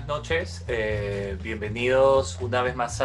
buenas noches. Bienvenidos una vez más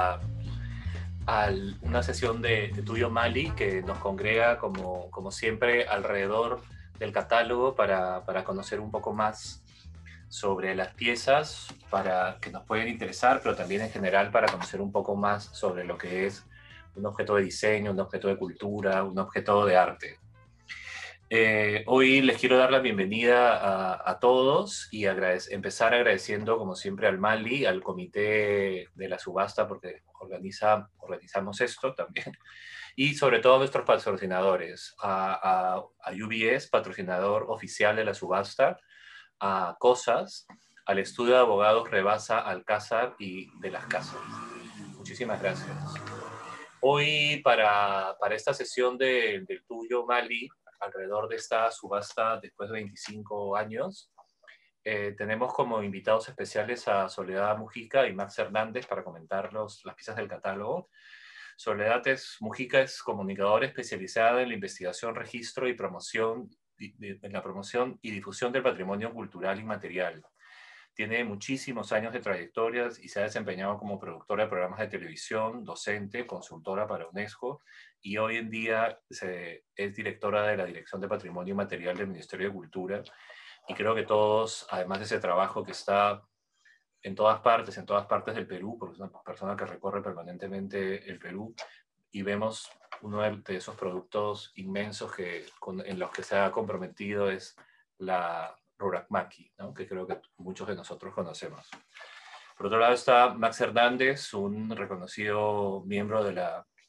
a una sesión de Tuyo Mali que nos congrega como siempre alrededor del catálogo para conocer un poco más sobre las piezas para que nos pueden interesar, pero también en general para conocer un poco más sobre lo que es un objeto de diseño, un objeto de cultura, un objeto de arte. Hoy les quiero dar la bienvenida a todos y empezar agradeciendo, como siempre, al Mali, al comité de la subasta, porque organizamos esto también, y sobre todo a nuestros patrocinadores, a UBS, patrocinador oficial de la subasta, a COSAS, al estudio de abogados Rebasa, Alcázar y de las Casas. Muchísimas gracias. Hoy, para esta sesión del Tuyo Mali, alrededor de esta subasta después de 25 años, tenemos como invitados especiales a Soledad Mujica y Max Hernández para comentar las piezas del catálogo. Mujica es comunicadora especializada en la investigación, registro y promoción, en la promoción y difusión del patrimonio cultural inmaterial. Tiene muchísimos años de trayectoria y se ha desempeñado como productora de programas de televisión, docente, consultora para UNESCO y hoy en día es directora de la Dirección de Patrimonio Inmaterial del Ministerio de Cultura. Y creo que todos, además de ese trabajo que está en todas partes del Perú, porque es una persona que recorre permanentemente el Perú, y vemos uno de esos productos inmensos en los que se ha comprometido es la Rurakmaki, ¿no? Que creo que muchos de nosotros conocemos. Por otro lado está Max Hernández, un reconocido miembro de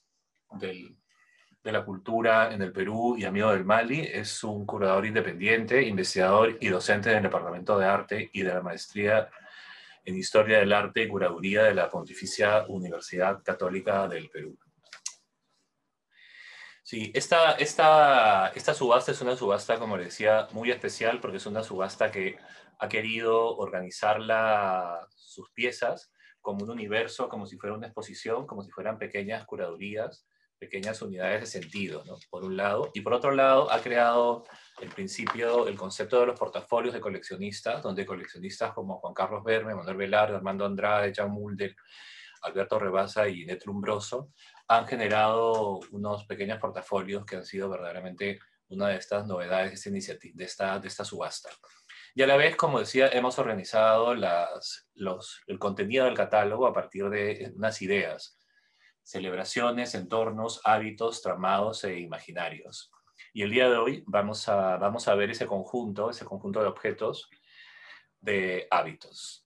la cultura en el Perú y amigo del Mali. Es un curador independiente, investigador y docente del Departamento de Arte y de la Maestría en Historia del Arte y Curaduría de la Pontificia Universidad Católica del Perú. Sí, esta subasta es una subasta, como les decía, muy especial porque es una subasta que ha querido organizar sus piezas como un universo, como si fuera una exposición, como si fueran pequeñas curadurías, pequeñas unidades de sentido, ¿no? Por un lado. Y por otro lado, ha creado el concepto de los portafolios de coleccionistas, donde coleccionistas como Juan Carlos Verme, Manuel Velarde, Armando Andrade, Jan Mulder, Alberto Rebasa y Inet Lumbroso han generado unos pequeños portafolios que han sido verdaderamente una de estas novedades de esta subasta. Y a la vez, como decía, hemos organizado el contenido del catálogo a partir de unas ideas, celebraciones, entornos, hábitos, tramados e imaginarios. Y el día de hoy vamos a ver ese conjunto de objetos de hábitos.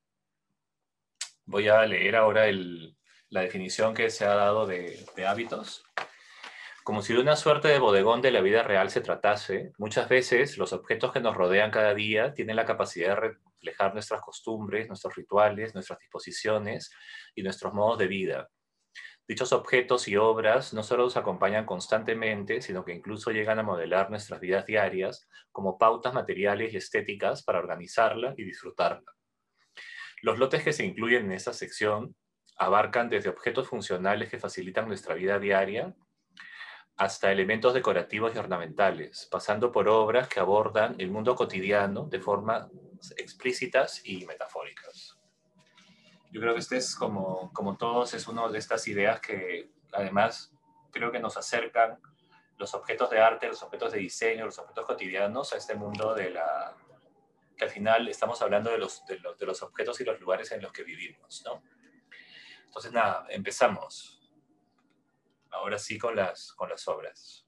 Voy a leer ahora la definición que se ha dado de hábitos. Como si de una suerte de bodegón de la vida real se tratase, muchas veces los objetos que nos rodean cada día tienen la capacidad de reflejar nuestras costumbres, nuestros rituales, nuestras disposiciones y nuestros modos de vida. Dichos objetos y obras no solo nos acompañan constantemente, sino que incluso llegan a modelar nuestras vidas diarias como pautas materiales y estéticas para organizarla y disfrutarla. Los lotes que se incluyen en esta sección abarcan desde objetos funcionales que facilitan nuestra vida diaria hasta elementos decorativos y ornamentales, pasando por obras que abordan el mundo cotidiano de formas explícitas y metafóricas. Yo creo que este es, como todos, es una de estas ideas que además creo que nos acercan los objetos de arte, los objetos de diseño, los objetos cotidianos a este mundo que al final estamos hablando de los objetos y los lugares en los que vivimos, ¿no? Entonces, nada, empezamos. Ahora sí con las obras.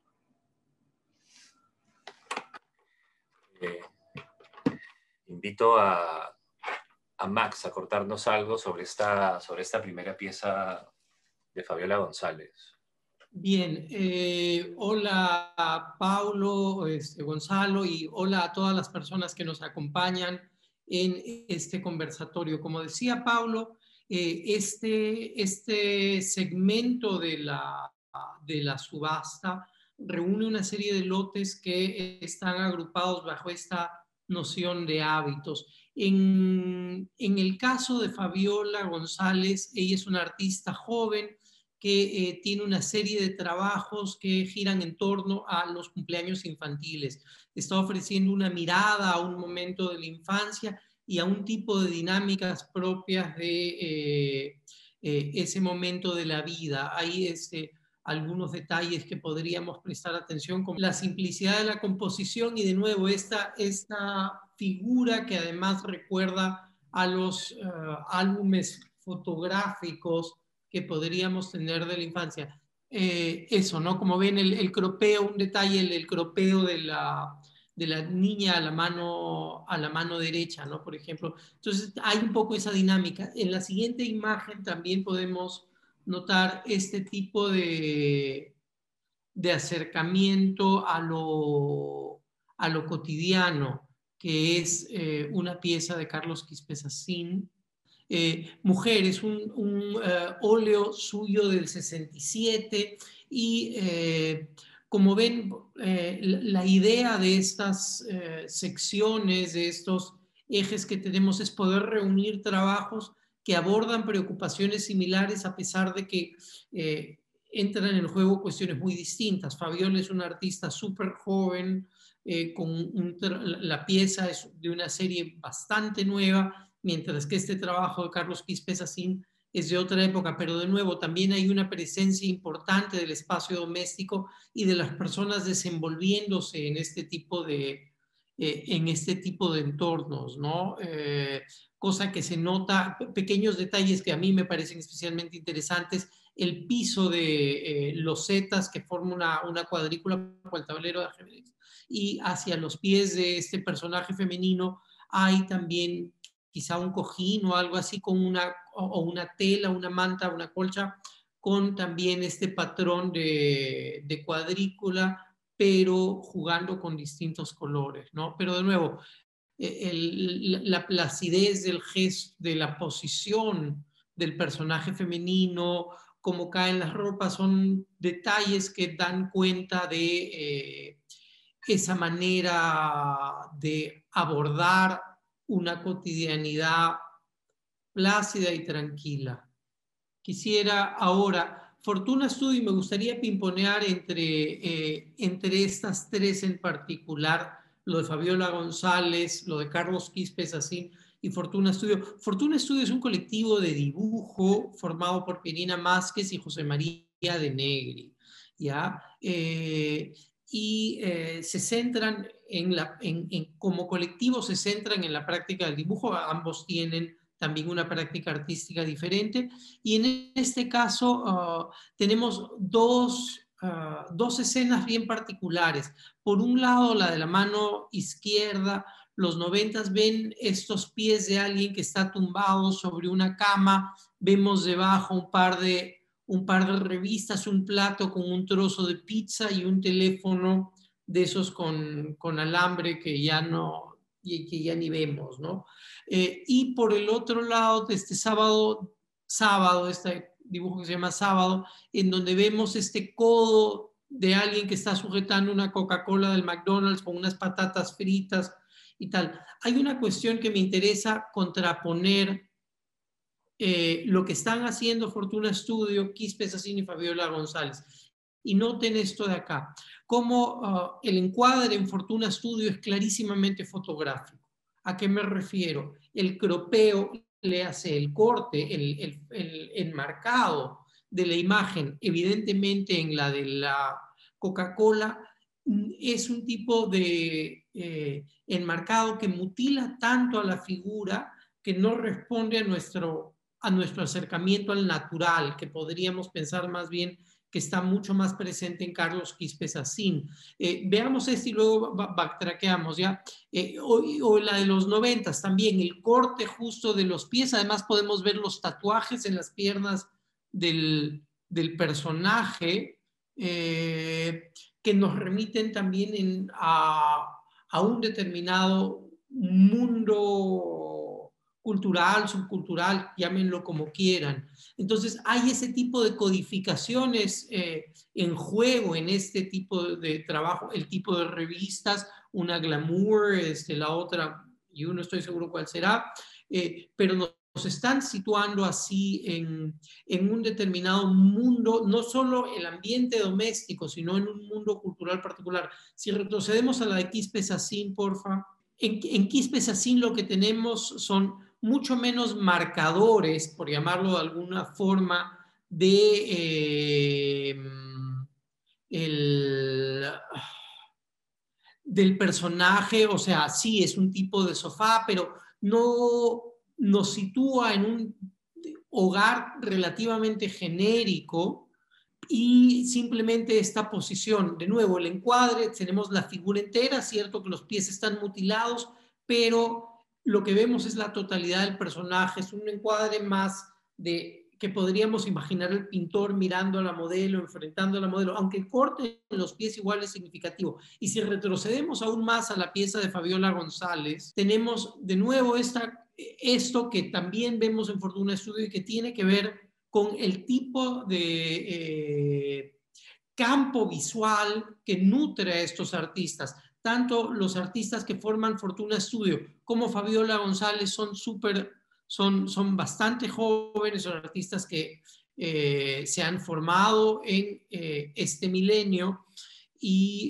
Invito a Max a contarnos algo sobre esta primera pieza de Fabiola González. Bien, hola Paulo, Gonzalo y hola a todas las personas que nos acompañan en este conversatorio. Como decía Paulo, este segmento de la subasta reúne una serie de lotes que están agrupados bajo esta noción de hábitos. En el caso de Fabiola González, ella es una artista joven que tiene una serie de trabajos que giran en torno a los cumpleaños infantiles. Está ofreciendo una mirada a un momento de la infancia y a un tipo de dinámicas propias de ese momento de la vida. Hay algunos detalles que podríamos prestar atención, como la simplicidad de la composición y de nuevo esta figura que además recuerda a los álbumes fotográficos que podríamos tener de la infancia. Eso, ¿no? Como ven, el cropeo, un detalle, el cropeo de la niña a la mano derecha, ¿no? Por ejemplo. Entonces, hay un poco esa dinámica. En la siguiente imagen también podemos notar este tipo de acercamiento a lo cotidiano, que es una pieza de Carlos Quispe Sassin. Mujeres, un óleo suyo del 67 y como ven, la idea de estas secciones, de estos ejes que tenemos es poder reunir trabajos que abordan preocupaciones similares a pesar de que entran en el juego cuestiones muy distintas. Fabiola es una artista súper joven, la pieza es de una serie bastante nueva, mientras que este trabajo de Carlos Quispe Sassin es de otra época, pero de nuevo también hay una presencia importante del espacio doméstico y de las personas desenvolviéndose en este tipo de entornos, ¿no? Cosa que se nota, pequeños detalles que a mí me parecen especialmente interesantes, el piso de losetas que forma una cuadrícula con el tablero de ajedrez, y hacia los pies de este personaje femenino hay también quizá un cojín o algo así con una tela, una manta, una colcha, con también este patrón de cuadrícula, pero jugando con distintos colores, ¿no? Pero de nuevo, la placidez del gesto, de la posición del personaje femenino, cómo caen las ropas, son detalles que dan cuenta de esa manera de abordar una cotidianidad plácida y tranquila. Quisiera ahora, Fortuna Studio, me gustaría pimponear entre estas tres en particular, lo de Fabiola González, lo de Carlos Quispe Sassin y Fortuna Studio. Fortuna Studio es un colectivo de dibujo formado por Pirina Másquez y José María de Negri, ¿ya? Se centran como colectivo se centran en la práctica del dibujo, ambos tienen también una práctica artística diferente, y en este caso tenemos dos escenas bien particulares. Por un lado, la de la mano izquierda, los 90 ven estos pies de alguien que está tumbado sobre una cama, vemos debajo un par de revistas, un plato con un trozo de pizza y un teléfono de esos con alambre que ya ni vemos, ¿no? Y por el otro lado, de este sábado, este dibujo que se llama Sábado, en donde vemos este codo de alguien que está sujetando una Coca-Cola del McDonald's con unas patatas fritas y tal. Hay una cuestión que me interesa contraponer lo que están haciendo Fortuna Studio, Quispe Sassin y Fabiola González. Y noten esto de acá, como el encuadre en Fortuna Studio es clarísimamente fotográfico. ¿A qué me refiero? El cropeo le hace el corte, el enmarcado de la imagen, evidentemente en la de la Coca-Cola, es un tipo de enmarcado que mutila tanto a la figura que no responde a nuestro acercamiento al natural, que podríamos pensar más bien que está mucho más presente en Carlos Quispe Sassin. Veamos esto y luego backtrackeamos, ¿ya? O la de los 90 también, el corte justo de los pies. Además podemos ver los tatuajes en las piernas del personaje, que nos remiten también a un determinado mundo cultural, subcultural, llámenlo como quieran. Entonces hay ese tipo de codificaciones en juego en este tipo de trabajo, el tipo de revistas, una Glamour, la otra, y uno estoy seguro cuál será, pero nos están situando así en un determinado mundo, no solo el ambiente doméstico, sino en un mundo cultural particular. Si retrocedemos a la de Quispe Sassin, porfa. en Quispe Sacín lo que tenemos son mucho menos marcadores, por llamarlo de alguna forma, de del personaje. O sea, sí es un tipo de sofá, pero no nos sitúa en un hogar relativamente genérico, y simplemente esta posición, de nuevo, el encuadre, tenemos la figura entera, cierto que los pies están mutilados, pero lo que vemos es la totalidad del personaje. Es un encuadre más de que podríamos imaginar el pintor mirando a la modelo, enfrentando a la modelo, aunque el corte en los pies igual es significativo. Y si retrocedemos aún más a la pieza de Fabiola González, tenemos de nuevo esto que también vemos en Fortuna Studio y que tiene que ver con el tipo de campo visual que nutre a estos artistas. Tanto los artistas que forman Fortuna Studio como Fabiola González son bastante jóvenes, son artistas que se han formado en este milenio y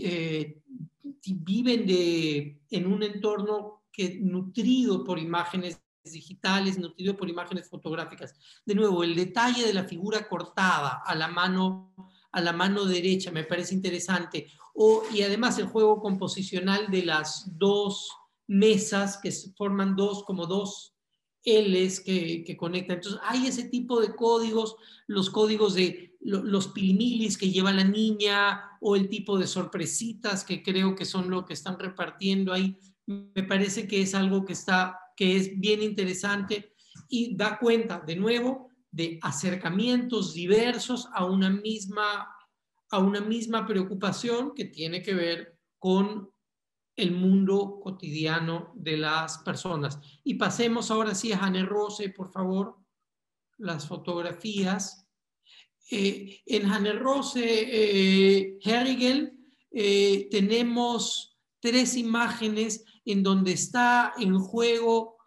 viven en un entorno nutrido por imágenes digitales, nutrido por imágenes fotográficas. De nuevo, el detalle de la figura cortada a la mano derecha me parece interesante. Y además el juego composicional de las dos mesas que forman como dos L's que conectan. Entonces hay ese tipo de códigos, los códigos de los pilimilis que lleva la niña, o el tipo de sorpresitas que creo que son lo que están repartiendo ahí. Me parece que es algo que es bien interesante y da cuenta, de nuevo, de acercamientos diversos a una misma preocupación que tiene que ver con el mundo cotidiano de las personas. Y pasemos ahora sí a Hanne Rose, por favor, las fotografías. En Hanne Rose Herrigel tenemos 3 imágenes en donde está en juego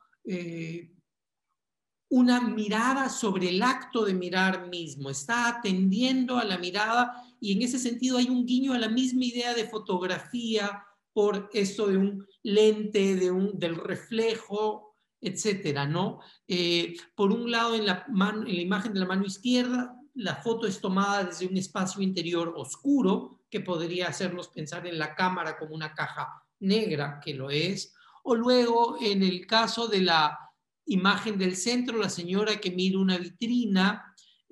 una mirada sobre el acto de mirar mismo. Está atendiendo a la mirada, y en ese sentido hay un guiño a la misma idea de fotografía por esto de un lente, del reflejo, etcétera, ¿no? Por un lado, en la imagen de la mano izquierda, la foto es tomada desde un espacio interior oscuro, que podría hacernos pensar en la cámara como una caja negra, que lo es. O luego, en el caso de la imagen del centro, la señora que mira una vitrina,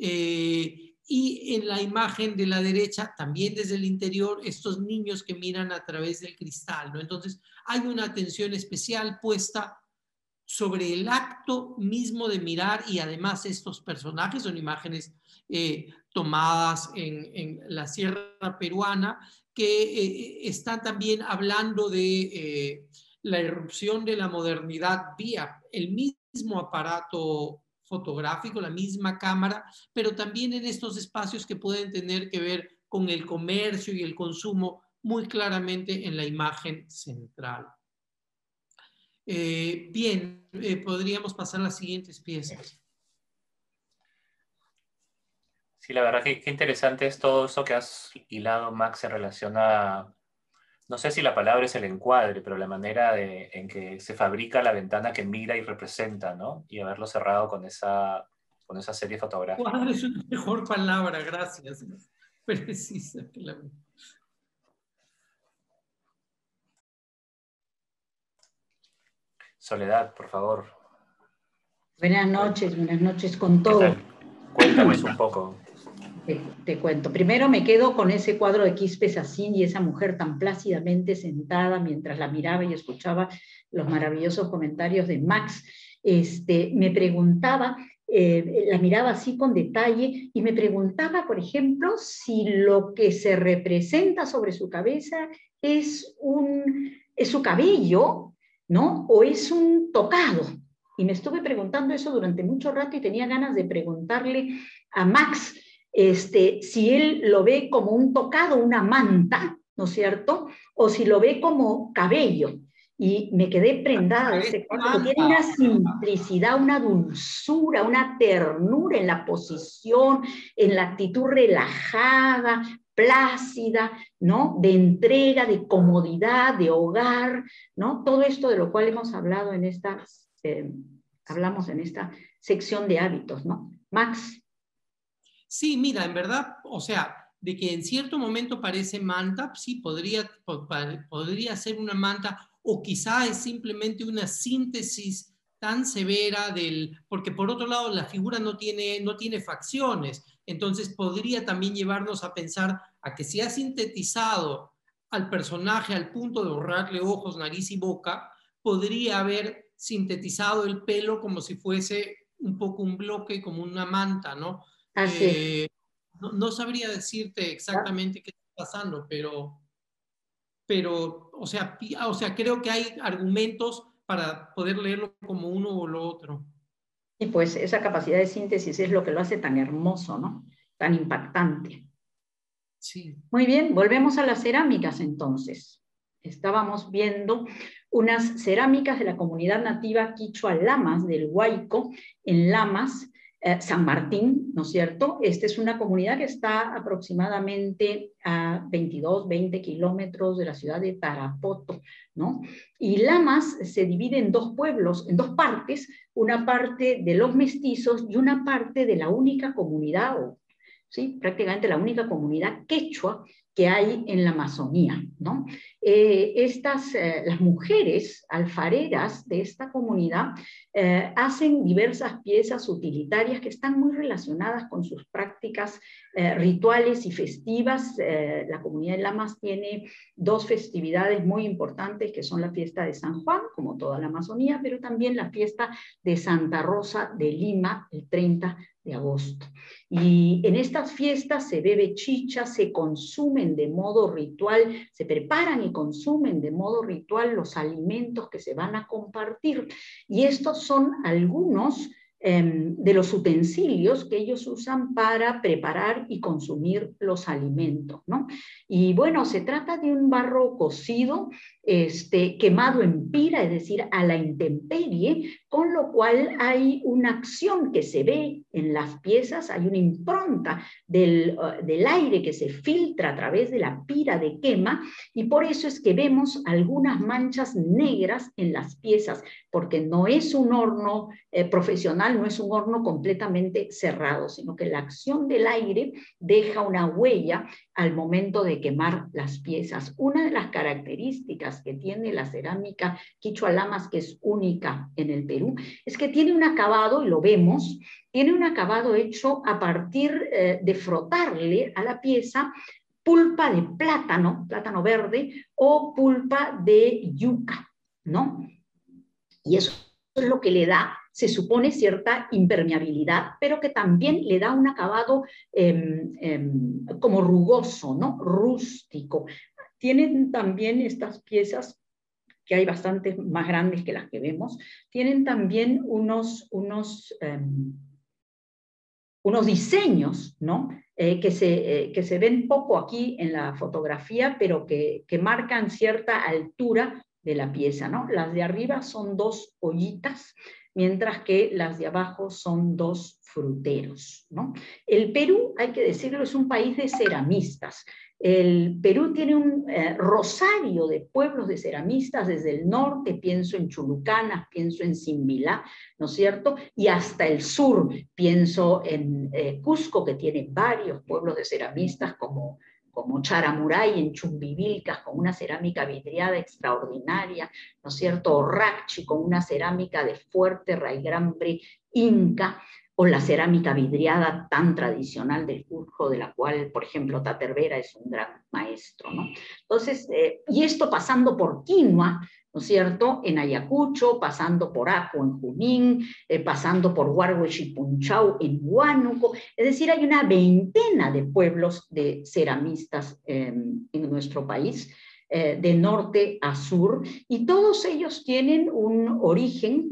y en la imagen de la derecha, también desde el interior, estos niños que miran a través del cristal, ¿no? Entonces, hay una atención especial puesta sobre el acto mismo de mirar, y además estos personajes son imágenes tomadas en la sierra peruana, que están también hablando de la irrupción de la modernidad vía el mismo aparato fotográfico, la misma cámara, pero también en estos espacios que pueden tener que ver con el comercio y el consumo, muy claramente en la imagen central. Bien, podríamos pasar a las siguientes piezas. Sí, la verdad que qué interesante es todo eso que has hilado, Max, en relación a, no sé si la palabra es el encuadre, pero la manera en que se fabrica la ventana que mira y representa, ¿no? Y haberlo cerrado con esa serie fotográfica. Cuadro es una mejor palabra, gracias. Precisa, claro. Soledad, por favor. Buenas noches con todo. ¿Qué tal? Cuéntanos un poco. Te cuento. Primero me quedo con ese cuadro de Quispe Sacín y esa mujer tan plácidamente sentada mientras la miraba y escuchaba los maravillosos comentarios de Max. Me preguntaba, la miraba así con detalle, y me preguntaba, por ejemplo, si lo que se representa sobre su cabeza es su cabello, ¿no? O es un tocado. Y me estuve preguntando eso durante mucho rato, y tenía ganas de preguntarle a Max si él lo ve como un tocado, una manta, ¿no es cierto? O si lo ve como cabello. Y me quedé prendada de ese cuadro, que tiene una simplicidad, una dulzura, una ternura en la posición, en la actitud relajada, plácida, ¿no? De entrega, de comodidad, de hogar, ¿no? Todo esto de lo cual hemos hablado en hablamos en esta sección de hábitos, ¿no? Max. Sí, mira, en verdad, o sea, de que en cierto momento parece manta, sí, podría ser una manta, o quizá es simplemente una síntesis tan severa porque por otro lado la figura no tiene facciones, entonces podría también llevarnos a pensar a que si ha sintetizado al personaje al punto de borrarle ojos, nariz y boca, podría haber sintetizado el pelo como si fuese un poco un bloque, como una manta, ¿no? Así. No sabría decirte exactamente qué está pasando, pero o sea, creo que hay argumentos para poder leerlo como uno o lo otro. Y pues esa capacidad de síntesis es lo que lo hace tan hermoso, ¿no? Tan impactante. Sí. Muy bien, volvemos a las cerámicas entonces. Estábamos viendo unas cerámicas de la comunidad nativa quichua Lamas del Huayco, en Lamas, San Martín, ¿no es cierto? Esta es una comunidad que está aproximadamente a 20 kilómetros de la ciudad de Tarapoto, ¿no? Y Lamas se divide en dos pueblos, en dos partes, una parte de los mestizos y una parte de la única comunidad, ¿sí? Prácticamente la única comunidad quechua que hay en la Amazonía, ¿no? Las mujeres alfareras de esta comunidad hacen diversas piezas utilitarias que están muy relacionadas con sus prácticas rituales y festivas. La comunidad de Lamas tiene dos festividades muy importantes, que son la fiesta de San Juan, como toda la Amazonía, pero también la fiesta de Santa Rosa de Lima, el 30 de agosto. Y en estas fiestas se bebe chicha, se consumen de modo ritual, se preparan y consumen de modo ritual los alimentos que se van a compartir. Y estos son algunos de los utensilios que ellos usan para preparar y consumir los alimentos, ¿no? Y bueno, se trata de un barro cocido, quemado en pira, es decir, a la intemperie, con lo cual hay una acción que se ve en las piezas, hay una impronta del aire que se filtra a través de la pira de quema, y por eso es que vemos algunas manchas negras en las piezas, porque no es un horno profesional, no es un horno completamente cerrado, sino que la acción del aire deja una huella al momento de quemar las piezas. Una de las características que tiene la cerámica quichua Lamas, que es única en el Perú, es que tiene un acabado, y lo vemos, tiene un acabado hecho a partir de frotarle a la pieza pulpa de plátano verde, o pulpa de yuca, ¿no? Y eso es lo que le da, se supone, cierta impermeabilidad, pero que también le da un acabado como rugoso, ¿no? Rústico. Tienen también estas piezas, que hay bastantes más grandes que las que vemos, tienen también unos diseños, ¿no? Que se ven poco aquí en la fotografía, pero que marcan cierta altura de la pieza, ¿no? Las de arriba son dos ollitas, mientras que las de abajo son dos fruteros, ¿no? El Perú, hay que decirlo, es un país de ceramistas. El Perú tiene un rosario de pueblos de ceramistas desde el norte, pienso en Chulucanas, pienso en Simbilá, ¿no es cierto? Y hasta el sur, pienso en Cusco, que tiene varios pueblos de ceramistas como Charamuray en Chumbivilcas, con una cerámica vidriada extraordinaria, ¿no es cierto? O Racchi, con una cerámica de fuerte raigrambre inca, o la cerámica vidriada tan tradicional del Cusco, de la cual, por ejemplo, Tatervera es un gran maestro, ¿no? Entonces, y esto pasando por Quinua, ¿no es cierto?, en Ayacucho, pasando por Aco en Junín, pasando por Huarhuechipunchau en Huánuco, es decir, hay una veintena de pueblos de ceramistas en nuestro país, de norte a sur, y todos ellos tienen un origen,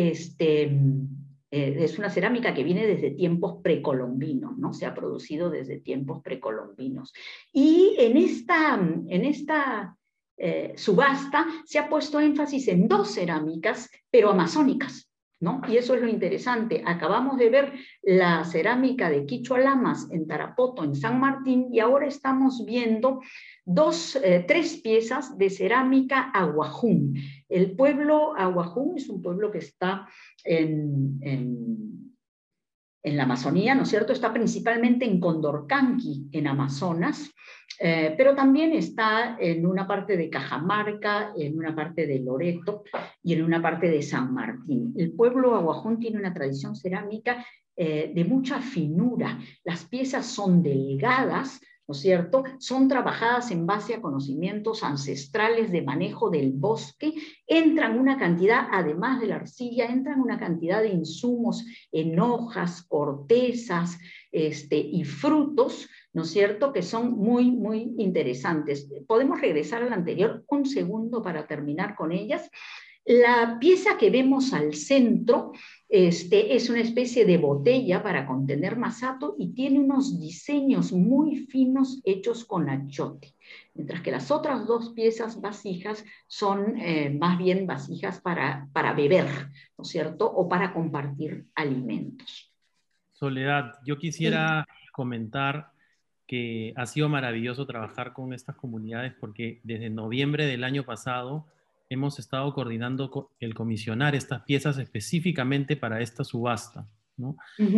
es una cerámica que viene desde tiempos precolombinos, ¿no? Se ha producido desde tiempos precolombinos. Y en esta subasta se ha puesto énfasis en dos cerámicas, pero amazónicas, ¿no? Y eso es lo interesante. Acabamos de ver la cerámica de Quichualamas en Tarapoto, en San Martín, y ahora estamos viendo tres piezas de cerámica aguajún. El pueblo aguajún es un pueblo que está en la Amazonía, ¿no es cierto? Está principalmente en Condorcanqui, en Amazonas, pero también está en una parte de Cajamarca, en una parte de Loreto y en una parte de San Martín. El pueblo aguajún tiene una tradición cerámica de mucha finura. Las piezas son delgadas, ¿no es cierto? Son trabajadas en base a conocimientos ancestrales de manejo del bosque. Entran una cantidad, además de la arcilla, entran una cantidad de insumos en hojas, cortezas y frutos, ¿no es cierto?, que son muy, muy interesantes. Podemos regresar al anterior un segundo para terminar con ellas. La pieza que vemos al centro es una especie de botella para contener masato y tiene unos diseños muy finos hechos con achiote, mientras que las otras dos piezas vasijas son más bien vasijas para beber, ¿no es cierto?, o para compartir alimentos. Soledad, yo quisiera comentar que ha sido maravilloso trabajar con estas comunidades porque desde noviembre del año pasado hemos estado coordinando el comisionar estas piezas específicamente para esta subasta, ¿no?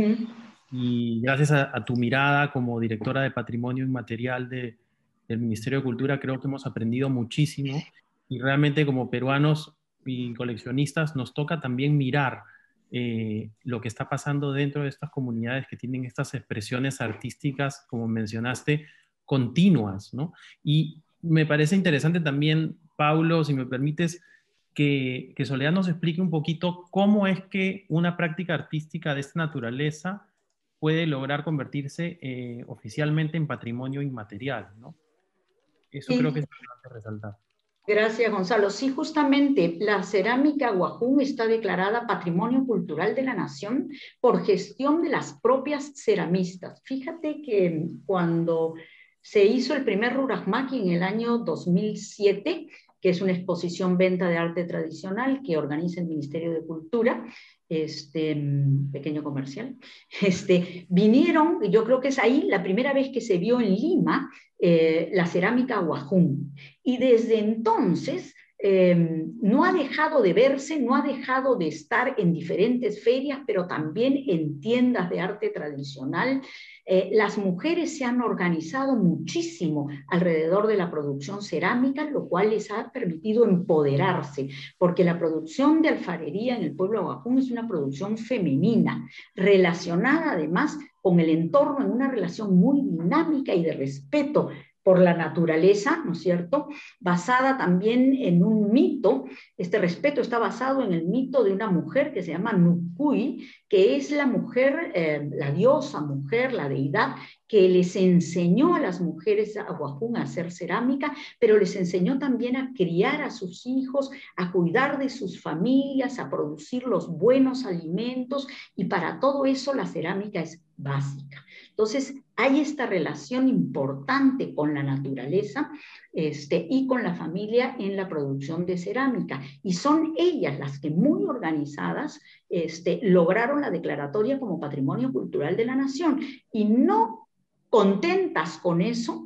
Y gracias a tu mirada como directora de Patrimonio Inmaterial del Ministerio de Cultura, creo que hemos aprendido muchísimo y realmente como peruanos y coleccionistas nos toca también mirar lo que está pasando dentro de estas comunidades que tienen estas expresiones artísticas, como mencionaste, continuas, ¿no? Y me parece interesante también, Paulo, si me permites, que Soledad nos explique un poquito cómo es que una práctica artística de esta naturaleza puede lograr convertirse oficialmente en patrimonio inmaterial, ¿no? Eso creo que es importante resaltar. Gracias, Gonzalo. Sí, justamente la cerámica aguajún está declarada Patrimonio Cultural de la Nación por gestión de las propias ceramistas. Fíjate que cuando se hizo el primer Rurajmaki en el año 2007, que es una exposición venta de arte tradicional que organiza el Ministerio de Cultura, pequeño comercial, vinieron, y yo creo que es ahí la primera vez que se vio en Lima la cerámica aguajún. Y desde entonces no ha dejado de verse, no ha dejado de estar en diferentes ferias, pero también en tiendas de arte tradicional. Las mujeres se han organizado muchísimo alrededor de la producción cerámica, lo cual les ha permitido empoderarse, porque la producción de alfarería en el pueblo aguajún es una producción femenina, relacionada además con el entorno en una relación muy dinámica y de respeto por la naturaleza, ¿no es cierto?, basada también en un mito. Este respeto está basado en el mito de una mujer que se llama Nukui, que es la mujer, la diosa mujer, la deidad, que les enseñó a las mujeres aguajún a hacer cerámica, pero les enseñó también a criar a sus hijos, a cuidar de sus familias, a producir los buenos alimentos, y para todo eso la cerámica es básica. Entonces, hay esta relación importante con la naturaleza y con la familia en la producción de cerámica. Y son ellas las que, muy organizadas, lograron la declaratoria como Patrimonio Cultural de la Nación. Y no contentas con eso,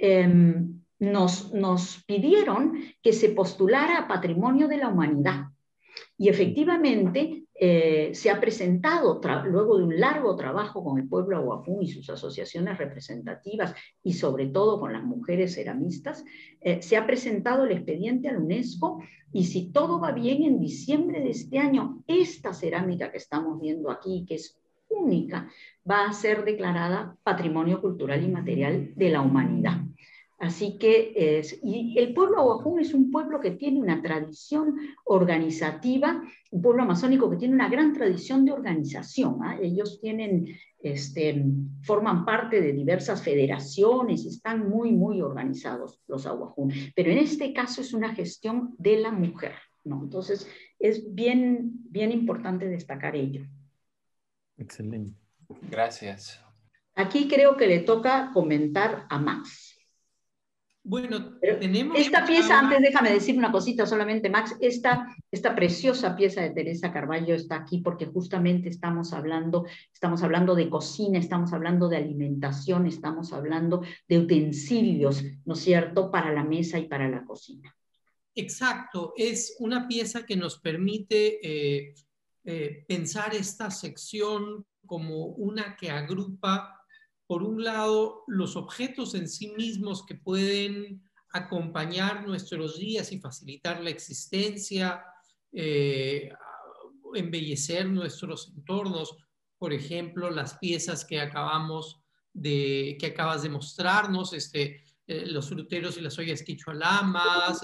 nos pidieron que se postulara a Patrimonio de la Humanidad. Y efectivamente se ha presentado, luego de un largo trabajo con el pueblo aguajún y sus asociaciones representativas, y sobre todo con las mujeres ceramistas, se ha presentado el expediente a la UNESCO, y si todo va bien, en diciembre de este año, esta cerámica que estamos viendo aquí, que es única, va a ser declarada Patrimonio Cultural Inmaterial de la Humanidad. Así que, y el pueblo aguajún es un pueblo que tiene una tradición organizativa, un pueblo amazónico que tiene una gran tradición de organización, ¿eh? Ellos tienen, forman parte de diversas federaciones, están muy, muy organizados los aguajún, pero en este caso es una gestión de la mujer, ¿no? Entonces, es bien, bien importante destacar ello. Excelente. Gracias. Aquí creo que le toca comentar a Max. Bueno, Pero tenemos esta pieza, acá, antes déjame decir una cosita solamente, Max, esta preciosa pieza de Teresa Carvalho está aquí porque justamente estamos hablando de cocina, estamos hablando de alimentación, estamos hablando de utensilios, ¿no es cierto?, para la mesa y para la cocina. exacto, es una pieza que nos permite pensar esta sección como una que agrupa, por un lado, los objetos en sí mismos que pueden acompañar nuestros días y facilitar la existencia, eh, embellecer nuestros entornos. Por ejemplo, las piezas que que acabas de mostrarnos, los fruteros y las ollas quichualamas,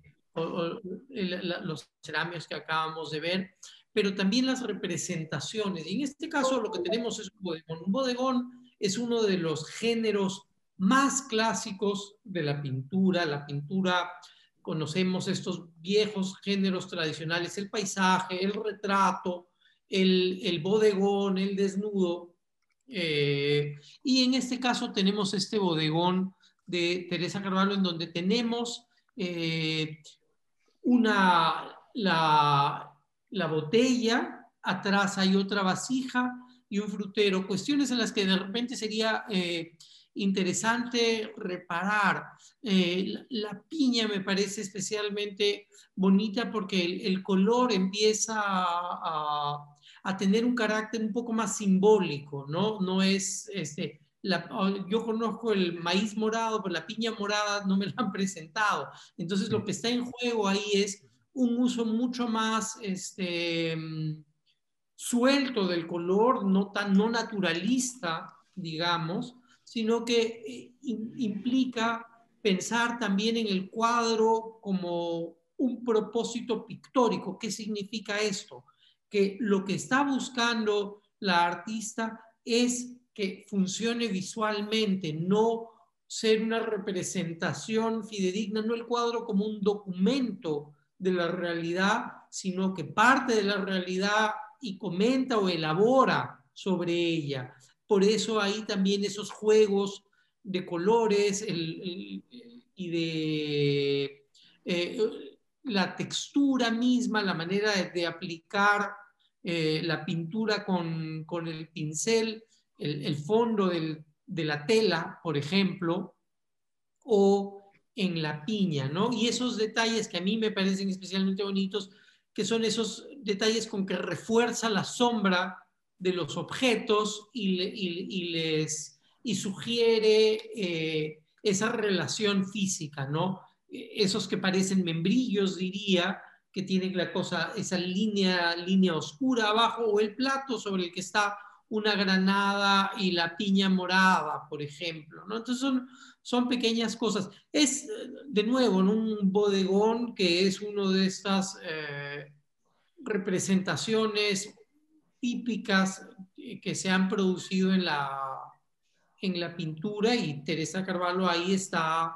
los ceramios que acabamos de ver, pero también las representaciones. Y en este caso lo que tenemos es un bodegón. Un bodegón es uno de los géneros más clásicos de la pintura. La pintura, conocemos estos viejos géneros tradicionales, el paisaje, el retrato, el bodegón, el desnudo. Y en este caso tenemos este bodegón de Teresa Carvalho en donde tenemos la botella, atrás hay otra vasija y un frutero. Cuestiones en las que de repente sería interesante reparar. La piña me parece especialmente bonita porque el color empieza a tener un carácter un poco más simbólico, ¿no? No es yo conozco el maíz morado, pero la piña morada no me la han presentado. Entonces lo que está en juego ahí es un uso mucho más suelto del color, no naturalista, digamos, sino que implica pensar también en el cuadro como un propósito pictórico. ¿Qué significa esto? Que lo que está buscando la artista es que funcione visualmente, no ser una representación fidedigna, no el cuadro como un documento de la realidad, sino que parte de la realidad y comenta o elabora sobre ella. Por eso ahí también esos juegos de colores y de la textura misma, la manera de aplicar la pintura con el pincel, el fondo de la tela, por ejemplo, o en la piña, ¿no? Y esos detalles que a mí me parecen especialmente bonitos, que son esos detalles con que refuerza la sombra de los objetos y sugiere esa relación física, ¿no? Esos que parecen membrillos, diría, que tienen esa línea oscura abajo, o el plato sobre el que está una granada y la piña morada, por ejemplo, ¿no? Entonces son pequeñas cosas. Es, de nuevo, en un bodegón que es una de estas representaciones típicas que se han producido en la pintura, y Teresa Carvalho ahí está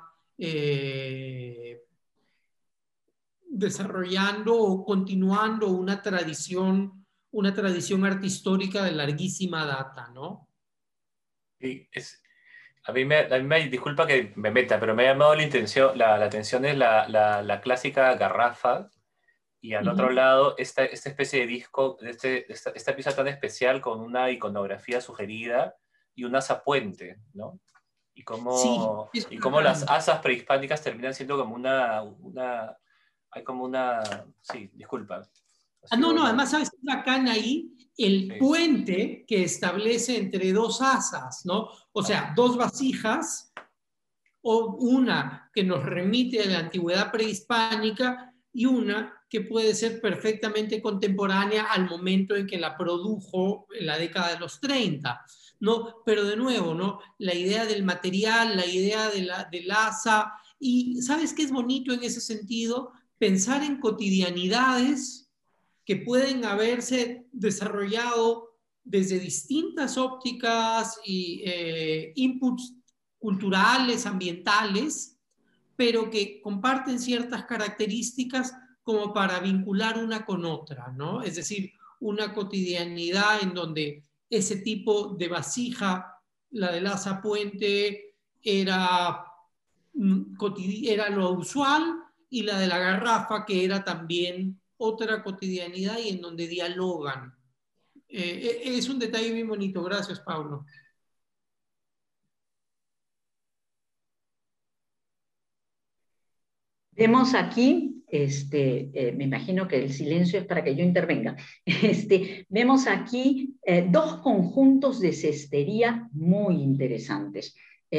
desarrollando o continuando una tradición arte histórica de larguísima data, ¿no? Sí, disculpa que me meta, pero me ha llamado la atención es la clásica garrafa y al otro lado esta especie de disco, esta pieza tan especial con una iconografía sugerida y un asa puente, ¿no? Y Sí, cómo las asas prehispánicas terminan siendo como hay como una, sí, disculpa. No, además, ¿sabes qué es bacán ahí? El Sí. puente que establece entre dos asas, ¿no? O sea, dos vasijas, o una que nos remite a la antigüedad prehispánica y una que puede ser perfectamente contemporánea al momento en que la produjo en la década de los 30, ¿no? Pero de nuevo, ¿no? La idea del material, la idea del asa, y ¿sabes qué es bonito en ese sentido? Pensar en cotidianidades que pueden haberse desarrollado desde distintas ópticas y inputs culturales, ambientales, pero que comparten ciertas características como para vincular una con otra, ¿no? Es decir, una cotidianidad en donde ese tipo de vasija, la del asa puente, era era lo usual, y la de la garrafa, que era también otra cotidianidad y en donde dialogan. Es un detalle bien bonito. Gracias, Pablo. Vemos aquí, me imagino que el silencio es para que yo intervenga. Vemos aquí dos conjuntos de cestería muy interesantes.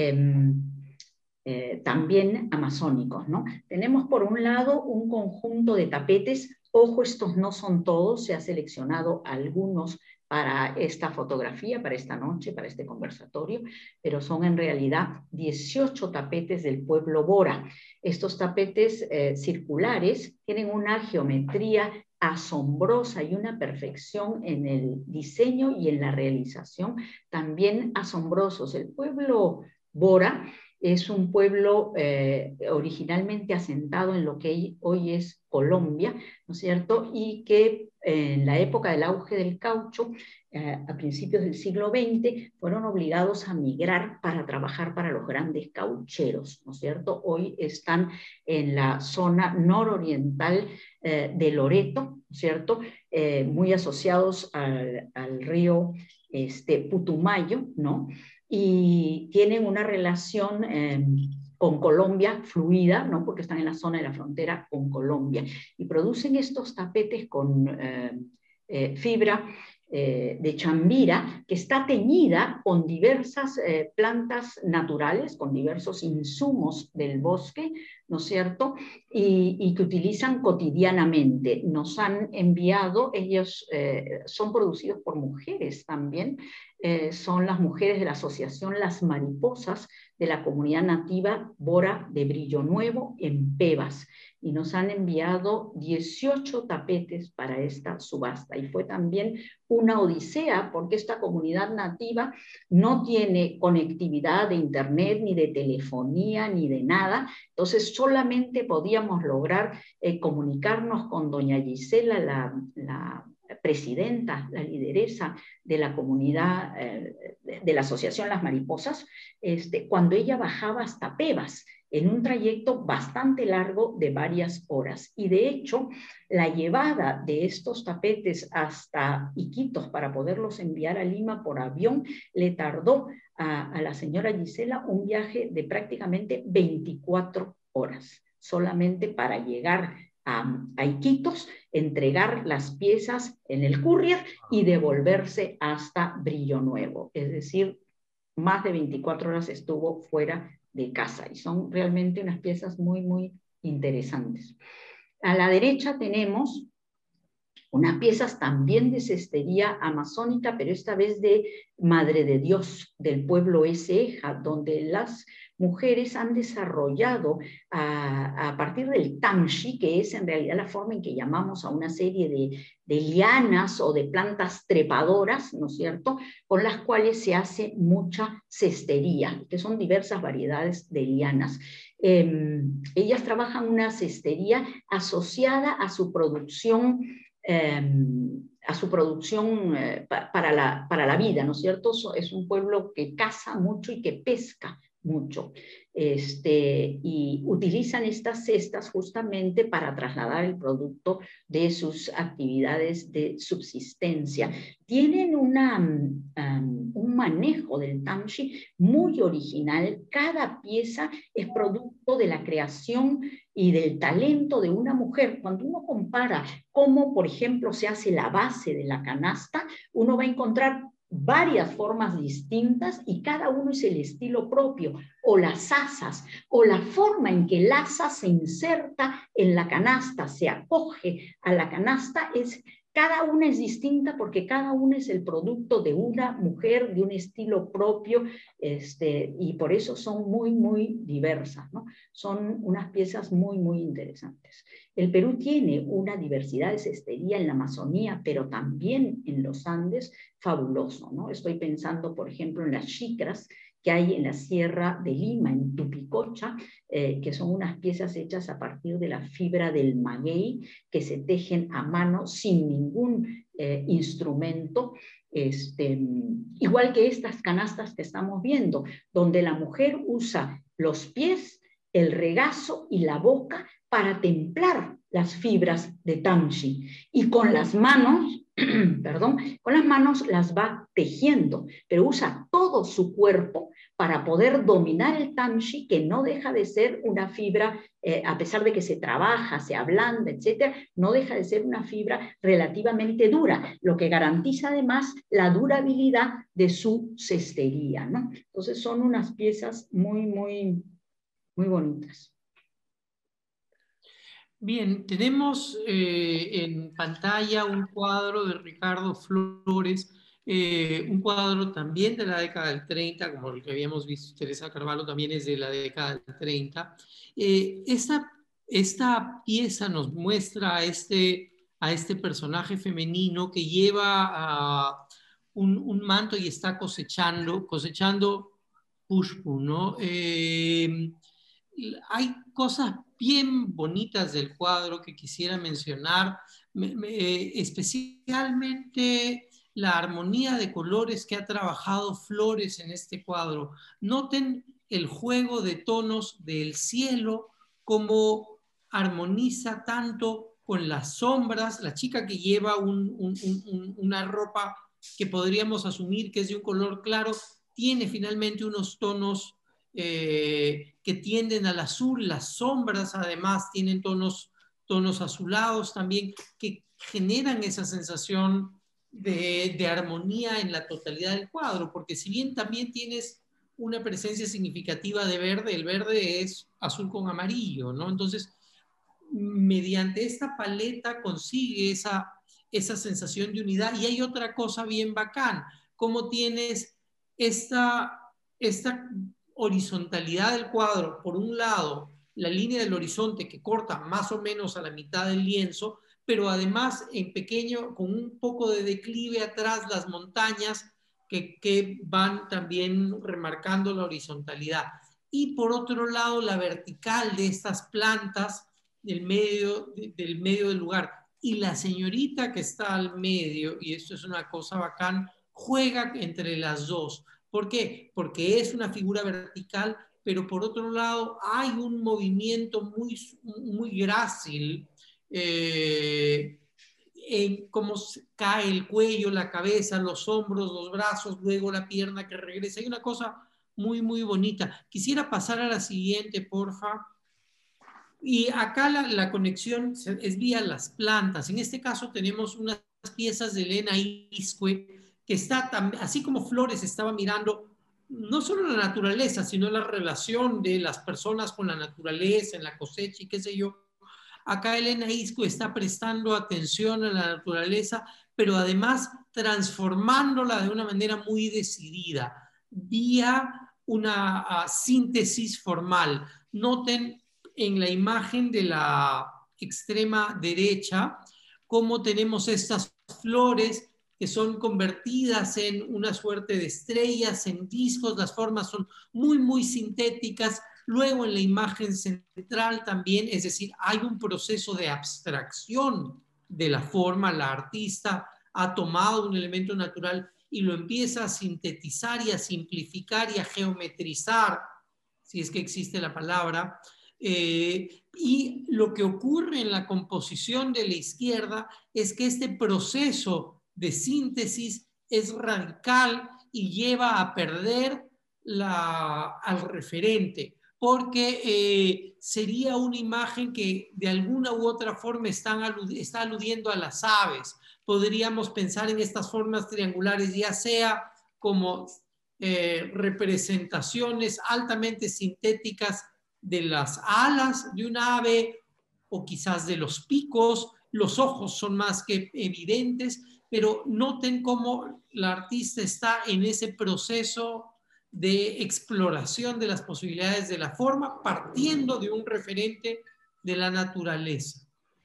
También amazónicos, ¿no? Tenemos por un lado un conjunto de tapetes. Ojo, estos no son todos, se ha seleccionado algunos para esta fotografía, para esta noche, para este conversatorio, pero son en realidad 18 tapetes del pueblo Bora. Estos tapetes circulares tienen una geometría asombrosa y una perfección en el diseño y en la realización también asombrosos. El pueblo Bora es un pueblo originalmente asentado en lo que hoy es Colombia, ¿no es cierto? Y que en la época del auge del caucho, a principios del siglo XX, fueron obligados a migrar para trabajar para los grandes caucheros, ¿no es cierto? Hoy están en la zona nororiental de Loreto, ¿no es cierto? Muy asociados al río Putumayo, ¿no? Y tienen una relación con Colombia fluida, ¿no? Porque están en la zona de la frontera con Colombia, y producen estos tapetes con fibra de chambira, que está teñida con diversas plantas naturales, con diversos insumos del bosque, ¿no es cierto? Y que utilizan cotidianamente. Nos han enviado, ellos son producidos por mujeres también, son las mujeres de la asociación Las Mariposas de la comunidad nativa Bora de Brillo Nuevo en Pebas, y nos han enviado 18 tapetes para esta subasta, y fue también una odisea porque esta comunidad nativa no tiene conectividad de internet, ni de telefonía, ni de nada. Entonces solamente podíamos lograr comunicarnos con doña Gisela, la presidenta, la lideresa de la comunidad, de la asociación Las Mariposas, cuando ella bajaba hasta Pebas, en un trayecto bastante largo de varias horas. Y de hecho, la llevada de estos tapetes hasta Iquitos para poderlos enviar a Lima por avión le tardó a la señora Gisela un viaje de prácticamente 24 horas, solamente para llegar a Iquitos, entregar las piezas en el courier y devolverse hasta Brillo Nuevo. Es decir, más de 24 horas estuvo fuera de casa, y son realmente unas piezas muy, muy interesantes. A la derecha tenemos unas piezas también de cestería amazónica, pero esta vez de Madre de Dios, del pueblo Eseja, donde las mujeres han desarrollado a partir del tamshi, que es en realidad la forma en que llamamos a una serie de lianas o de plantas trepadoras, ¿no es cierto?, con las cuales se hace mucha cestería, que son diversas variedades de lianas. Ellas trabajan una cestería asociada a su producción para la vida, ¿no es cierto? Es un pueblo que caza mucho y que pesca mucho, y utilizan estas cestas justamente para trasladar el producto de sus actividades de subsistencia. Tienen un manejo del tamshi muy original. Cada pieza es producto de la creación y del talento de una mujer. Cuando uno compara cómo, por ejemplo, se hace la base de la canasta, uno va a encontrar varias formas distintas y cada uno es el estilo propio, o las asas, o la forma en que el asa se inserta en la canasta, se acoge a la canasta, cada una es distinta porque cada una es el producto de una mujer, de un estilo propio, y por eso son muy, muy diversas, ¿no? Son unas piezas muy, muy interesantes. El Perú tiene una diversidad de cestería en la Amazonía, pero también en los Andes, fabuloso, ¿no? Estoy pensando, por ejemplo, en las xicras que hay en la Sierra de Lima, en Tupicocha, que son unas piezas hechas a partir de la fibra del maguey, que se tejen a mano sin ningún instrumento, igual que estas canastas que estamos viendo, donde la mujer usa los pies el regazo y la boca para templar las fibras de tamshi. Y con las manos, perdón, con las manos las va tejiendo, pero usa todo su cuerpo para poder dominar el tamshi, que no deja de ser una fibra, a pesar de que se trabaja, se ablanda, etcétera, no deja de ser una fibra relativamente dura, lo que garantiza además la durabilidad de su cestería, ¿no? Entonces son unas piezas muy, muy, muy bonitas. Bien, tenemos en pantalla un cuadro de Ricardo Flores, un cuadro también de la década del 30, como el que habíamos visto, Teresa Carvalho también es de la década del 30. Esta pieza nos muestra a este personaje femenino que lleva un manto y está cosechando pushpu, ¿no? Hay cosas bien bonitas del cuadro que quisiera mencionar, especialmente la armonía de colores que ha trabajado Flores en este cuadro. Noten el juego de tonos del cielo, como armoniza tanto con las sombras. La chica que lleva una ropa que podríamos asumir que es de un color claro, tiene finalmente unos tonos que tienden al azul. Las sombras además tienen tonos azulados también, que generan esa sensación de armonía en la totalidad del cuadro, porque si bien también tienes una presencia significativa de verde, el verde es azul con amarillo, ¿no? Entonces, mediante esta paleta consigue esa sensación de unidad. Y hay otra cosa bien bacán, como tienes esta horizontalidad del cuadro. Por un lado, la línea del horizonte que corta más o menos a la mitad del lienzo, pero además en pequeño, con un poco de declive atrás, las montañas que van también remarcando la horizontalidad. Y por otro lado, la vertical de estas plantas del medio del lugar. Y la señorita que está al medio, y esto es una cosa bacán, juega entre las dos. ¿Por qué? Porque es una figura vertical, pero por otro lado hay un movimiento muy grácil, en cómo cae el cuello, la cabeza, los hombros, los brazos, luego la pierna que regresa. Hay una cosa muy, muy bonita. Quisiera pasar a la siguiente, porfa. Y acá la conexión es vía las plantas. En este caso tenemos unas piezas de Elena Iscue, que está, así como Flores estaba mirando no solo la naturaleza, sino la relación de las personas con la naturaleza, en la cosecha y qué sé yo. Acá Elena Iscue está prestando atención a la naturaleza, pero además transformándola de una manera muy decidida, vía una síntesis formal. Noten en la imagen de la extrema derecha cómo tenemos estas flores que son convertidas en una suerte de estrellas, en discos. Las formas son muy, muy sintéticas. Luego en la imagen central también, es decir, hay un proceso de abstracción de la forma. La artista ha tomado un elemento natural y lo empieza a sintetizar y a simplificar y a geometrizar, si es que existe la palabra. Y lo que ocurre en la composición de la izquierda es que este proceso de síntesis es radical y lleva a perder al referente, porque sería una imagen que de alguna u otra forma está aludiendo a las aves. Podríamos pensar en estas formas triangulares, ya sea como representaciones altamente sintéticas de las alas de un ave o quizás de los picos. Los ojos son más que evidentes, pero noten cómo la artista está en ese proceso de exploración de las posibilidades de la forma, partiendo de un referente de la naturaleza.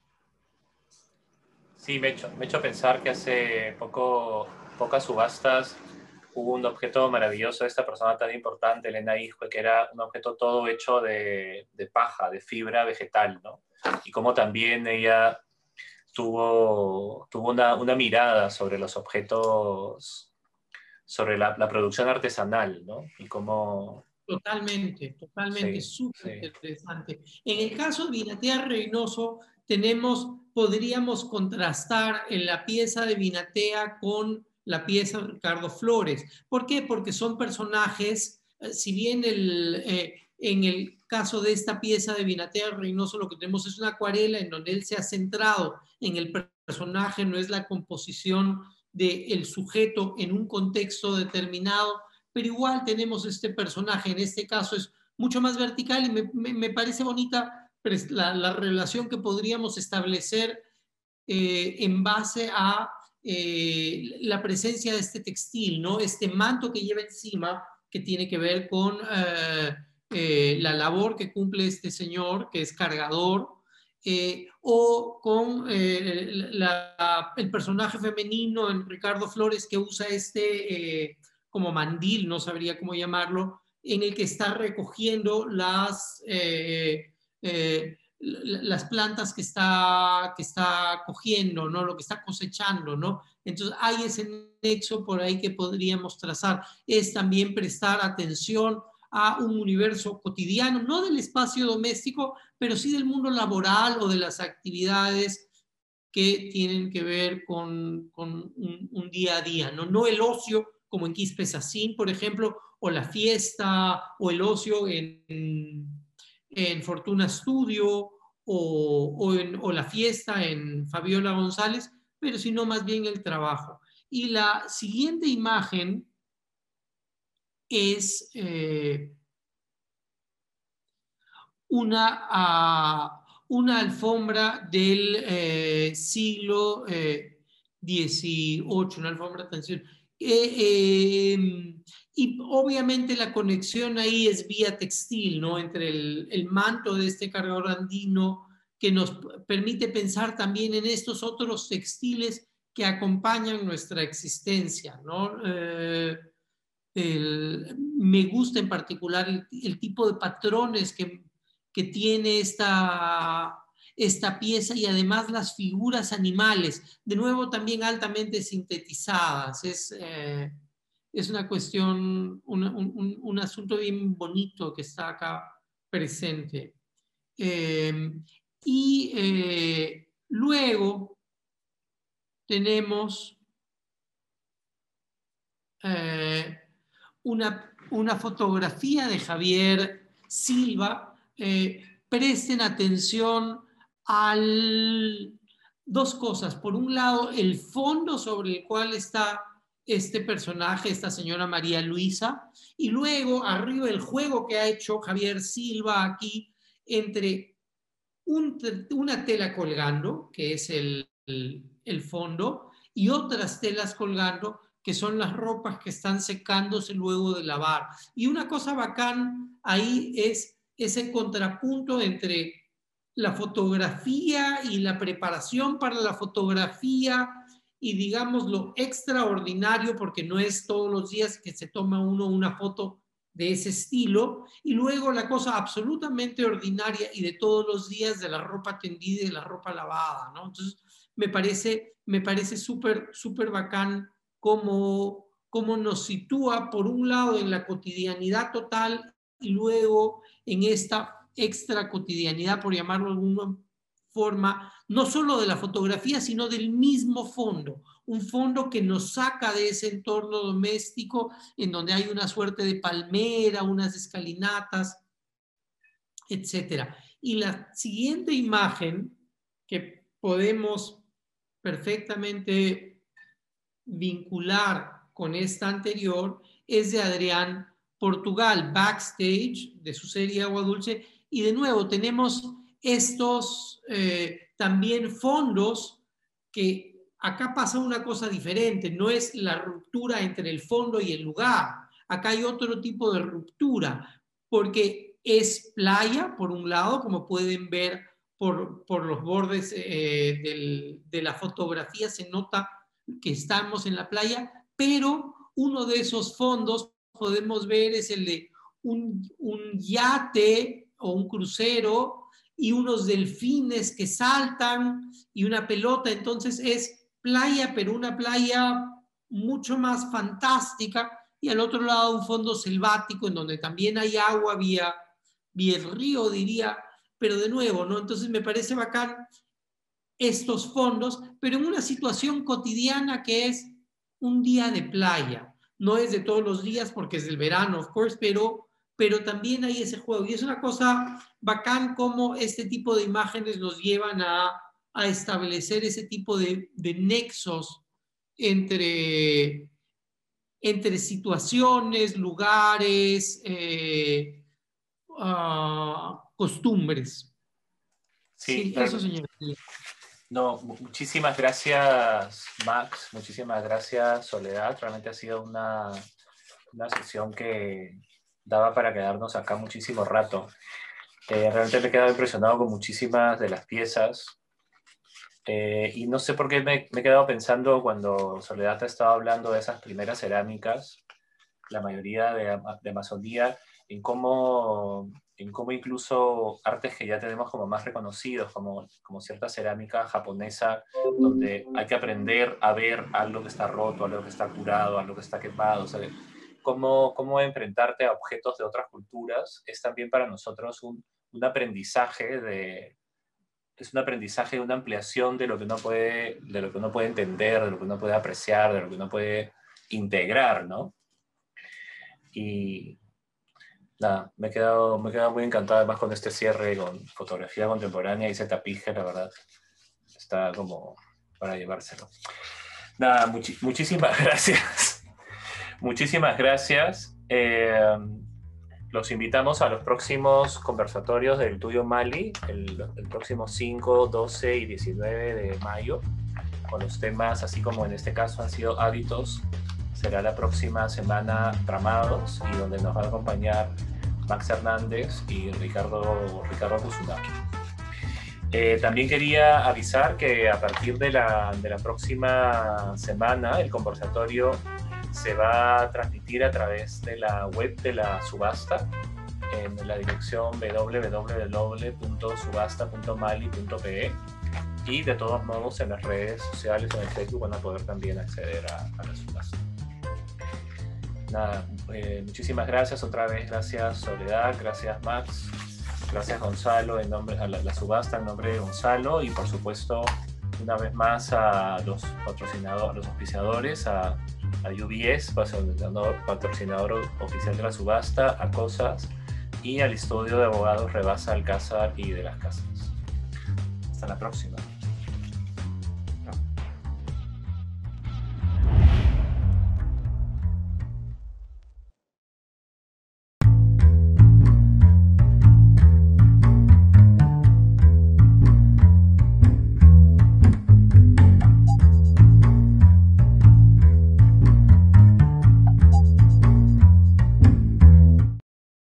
Sí, me he hecho pensar que hace pocas subastas hubo un objeto maravilloso de esta persona tan importante, Elena Iscue, que era un objeto todo hecho de paja, de fibra vegetal, ¿no? Y como también ella tuvo una mirada sobre los objetos, sobre la producción artesanal, ¿no? Y cómo Totalmente, totalmente, Sí, súper sí. interesante. En el caso de Vinatea Reynoso, podríamos contrastar en la pieza de Vinatea con la pieza de Ricardo Flores. ¿Por qué? Porque son personajes, si bien en el caso de esta pieza de Vinatea Reynoso lo que tenemos es una acuarela en donde él se ha centrado en el personaje, no es la composición del sujeto en un contexto determinado, pero igual tenemos este personaje, en este caso es mucho más vertical y me parece bonita la relación que podríamos establecer en base a la presencia de este textil, ¿no? Este manto que lleva encima, que tiene que ver con la labor que cumple este señor, que es cargador, o con el personaje femenino en Ricardo Flores que usa como mandil, no sabría cómo llamarlo, en el que está recogiendo las plantas que está cogiendo, ¿no? Lo que está cosechando, ¿no? Entonces hay ese nexo por ahí que podríamos trazar. Es también prestar atención a un universo cotidiano, no del espacio doméstico, pero sí del mundo laboral o de las actividades que tienen que ver con un día a día, ¿no? No el ocio como en Quispe Sacín, por ejemplo, o la fiesta, o el ocio en Fortuna Studio, o la fiesta en Fabiola González, pero sino más bien el trabajo. Y la siguiente imagen es una alfombra del siglo XVIII, una alfombra tensión. Y obviamente la conexión ahí es vía textil, ¿no? Entre el manto de este cargador andino que nos permite pensar también en estos otros textiles que acompañan nuestra existencia, ¿no? Me gusta en particular el tipo de patrones que tiene esta pieza y además las figuras animales, de nuevo también altamente sintetizadas. Es una cuestión, un asunto bien bonito que está acá presente. Luego tenemos una fotografía de Javier Silva. Presten atención a dos cosas. Por un lado, el fondo sobre el cual está este personaje, esta señora María Luisa, y luego arriba el juego que ha hecho Javier Silva aquí entre una tela colgando, que es el fondo, y otras telas colgando, que son las ropas que están secándose luego de lavar. Y una cosa bacán ahí es ese contrapunto entre la fotografía y la preparación para la fotografía y digamos lo extraordinario, porque no es todos los días que se toma uno una foto de ese estilo, y luego la cosa absolutamente ordinaria y de todos los días de la ropa tendida y de la ropa lavada, ¿no? Entonces me parece súper bacán cómo nos sitúa por un lado en la cotidianidad total y luego en esta extra cotidianidad, por llamarlo de alguna forma, no solo de la fotografía, sino del mismo fondo, un fondo que nos saca de ese entorno doméstico en donde hay una suerte de palmera, unas escalinatas, etc. Y la siguiente imagen que podemos perfectamente vincular con esta anterior es de Adrián Portugal, Backstage, de su serie Agua Dulce, y de nuevo tenemos estos también fondos que acá pasa una cosa diferente, no es la ruptura entre el fondo y el lugar, acá hay otro tipo de ruptura, porque es playa, por un lado, como pueden ver por los bordes de la fotografía, se nota que estamos en la playa, pero uno de esos fondos podemos ver es el de un yate o un crucero y unos delfines que saltan y una pelota. Entonces es playa, pero una playa mucho más fantástica y al otro lado un fondo selvático en donde también hay agua vía el río, diría, pero de nuevo, ¿no? Entonces me parece bacán estos fondos, pero en una situación cotidiana que es un día de playa. No es de todos los días porque es del verano, of course, pero también hay ese juego. Y es una cosa bacán como este tipo de imágenes nos llevan a establecer ese tipo de nexos entre situaciones, lugares, costumbres. Sí, claro. eso, señor. No, muchísimas gracias, Max. Muchísimas gracias, Soledad. Realmente ha sido una sesión que daba para quedarnos acá muchísimo rato. Realmente me he quedado impresionado con muchísimas de las piezas. Y no sé por qué me he quedado pensando cuando Soledad te estaba hablando de esas primeras cerámicas, la mayoría de Amazonía, en cómo incluso artes que ya tenemos como más reconocidos, como cierta cerámica japonesa, donde hay que aprender a ver algo que está roto, algo que está curado, algo que está quemado. O sea, cómo enfrentarte a objetos de otras culturas es también para nosotros un aprendizaje es un aprendizaje, una ampliación de lo que uno puede entender, de lo que uno puede apreciar, de lo que uno puede integrar, ¿no? Y nada, me he quedado muy encantado además con este cierre, con fotografía contemporánea y ese tapiz, la verdad, está como para llevárselo. Nada, muchísimas gracias. Muchísimas gracias. Los invitamos a los próximos conversatorios del Tuyo Mali, el próximo 5, 12 y 19 de mayo, con los temas, así como en este caso han sido hábitos. Será la próxima semana Tramados, y donde nos va a acompañar Max Hernández y Ricardo Kusunaki. También quería avisar que a partir de la próxima semana el conversatorio se va a transmitir a través de la web de la subasta en la dirección www.subasta.mali.pe, y de todos modos en las redes sociales o en Facebook van a poder también acceder a la subasta. Nada, muchísimas gracias otra vez, gracias Soledad, gracias Max, gracias Gonzalo en nombre a la subasta en nombre de Gonzalo, y por supuesto una vez más a los patrocinadores, los auspiciadores, a UBS, patrocinador oficial de la subasta, a COSAS y al estudio de abogados Rebasa Alcázar y de las Casas. Hasta la próxima.